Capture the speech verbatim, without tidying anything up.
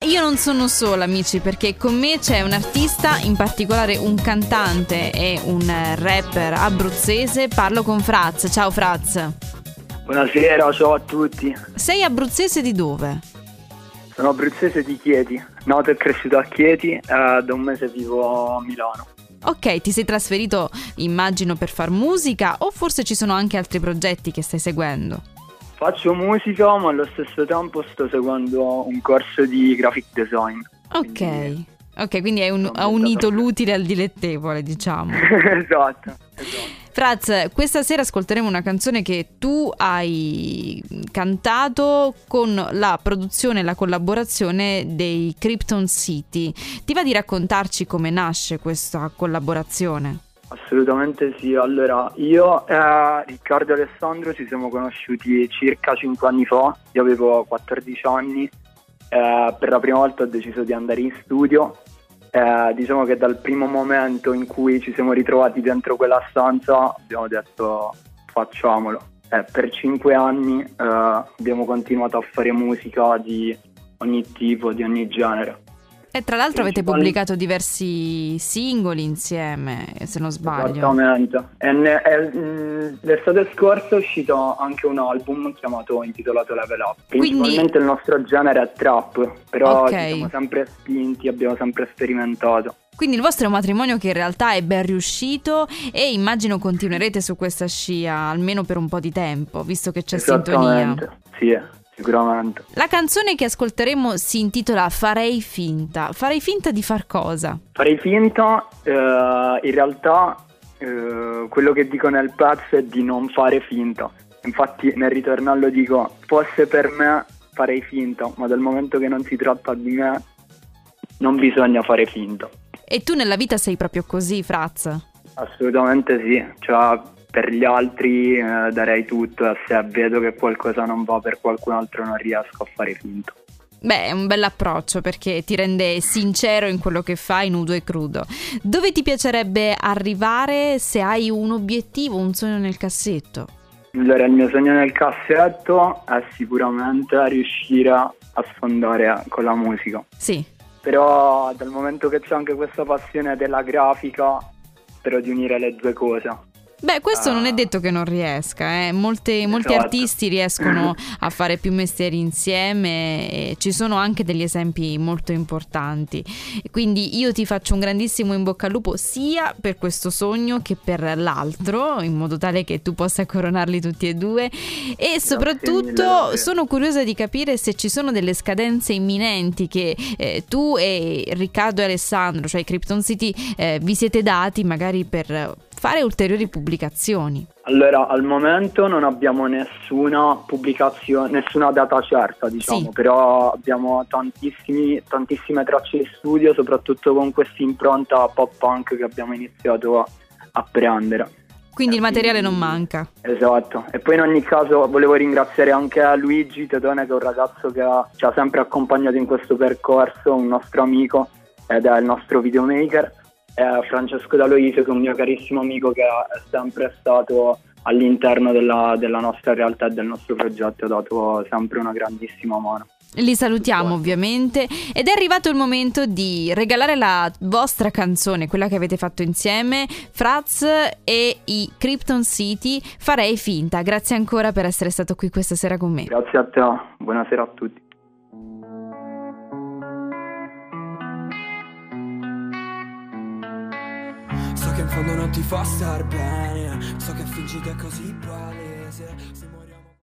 io non sono sola, amici, perché con me c'è un artista, in particolare un cantante e un rapper abruzzese. Parlo con Fraz. Ciao Fraz. Buonasera, ciao a tutti. Sei abruzzese di dove? Sono abruzzese di Chieti, nato e cresciuto a Chieti, eh, da un mese vivo a Milano. Ok, ti sei trasferito, immagino, per far musica, o forse ci sono anche altri progetti che stai seguendo? Faccio musica, ma allo stesso tempo sto seguendo un corso di graphic design. Ok, quindi... ok, quindi hai, un, hai unito l'utile al dilettevole, diciamo. esatto, esatto. Fraz, questa sera ascolteremo una canzone che tu hai cantato con la produzione e la collaborazione dei Krypton City. Ti va di raccontarci come nasce questa collaborazione? Assolutamente sì. Allora, io e Riccardo e Alessandro ci siamo conosciuti circa cinque anni fa. Io avevo quattordici anni, eh, per la prima volta ho deciso di andare in studio. Eh, diciamo che dal primo momento in cui ci siamo ritrovati dentro quella stanza abbiamo detto facciamolo. Eh, per cinque anni eh, abbiamo continuato a fare musica di ogni tipo, di ogni genere. E tra l'altro avete pubblicato diversi singoli insieme, se non sbaglio. Esattamente. E ne, e, mh, l'estate scorsa è uscito anche un album chiamato intitolato Level Up. Principalmente Quindi... il nostro genere è trap, però okay. ci siamo sempre spinti, abbiamo sempre sperimentato. Quindi il vostro è un matrimonio che in realtà è ben riuscito e immagino continuerete su questa scia almeno per un po' di tempo, visto che c'è sintonia. Sì. Sicuramente. La canzone che ascolteremo si intitola Farei finta. Farei finta di far cosa? Farei finta, eh, in realtà eh, quello che dico nel pezzo è di non fare finta. Infatti nel ritornello dico fosse per me farei finta, ma dal momento che non si tratta di me non bisogna fare finta. E tu nella vita sei proprio così, Fraz? Assolutamente sì, cioè per gli altri eh, darei tutto e se vedo che qualcosa non va per qualcun altro non riesco a fare finta. Beh, è un bell'approccio perché ti rende sincero in quello che fai, nudo e crudo. Dove ti piacerebbe arrivare se hai un obiettivo, un sogno nel cassetto? Allora, il mio sogno nel cassetto è sicuramente riuscire a sfondare con la musica. Sì. Però dal momento che c'è anche questa passione della grafica, spero di unire le due cose. Beh, questo uh, non è detto che non riesca, eh. Molte, molti esatto. artisti riescono a fare più mestieri insieme e ci sono anche degli esempi molto importanti. Quindi io ti faccio un grandissimo in bocca al lupo sia per questo sogno che per l'altro, in modo tale che tu possa coronarli tutti e due. E soprattutto mille, sono curiosa di capire se ci sono delle scadenze imminenti che eh, tu e Riccardo e Alessandro, cioè Krypton City, eh, vi siete dati magari per fare ulteriori pubblicazioni. Allora, al momento non abbiamo nessuna pubblicazione, nessuna data certa, diciamo, sì. Però abbiamo tantissimi, tantissime tracce di studio, soprattutto con questa impronta pop punk che abbiamo iniziato a, a prendere. Quindi il materiale non manca. Esatto. E poi in ogni caso volevo ringraziare anche Luigi Tedone, che è un ragazzo che ha, ci ha sempre accompagnato in questo percorso, un nostro amico ed è il nostro videomaker. Eh, Francesco D'Aloisio, che è un mio carissimo amico che è sempre stato all'interno della, della nostra realtà e del nostro progetto, ha dato sempre una grandissima mano. Li salutiamo ovviamente ed è arrivato il momento di regalare la vostra canzone, quella che avete fatto insieme, Fraz e i Krypton City, Farei finta. Grazie ancora per essere stato qui questa sera con me. Grazie a te, buonasera a tutti. So che in fondo non ti fa star bene, so che fingite così palese.